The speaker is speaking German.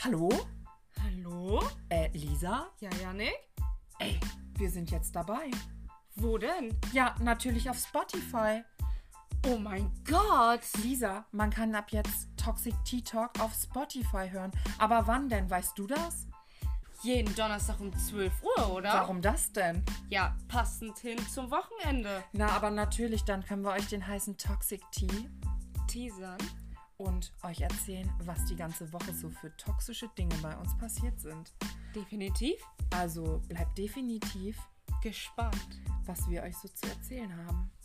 Hallo? Hallo? Lisa? Ja, Janik? Ey, wir sind jetzt dabei. Wo denn? Ja, natürlich auf Spotify. Oh mein Gott! Lisa, man kann ab jetzt Toxic Tea Talk auf Spotify hören. Aber wann denn? Weißt du das? Jeden Donnerstag um 12 Uhr, oder? Warum das denn? Ja, passend hin zum Wochenende. Na, aber natürlich, dann können wir euch den heißen Toxic Tea Teasern. und euch erzählen, was die ganze Woche so für toxische Dinge bei uns passiert sind. Definitiv Also bleibt definitiv, gespannt. was wir euch so zu erzählen haben.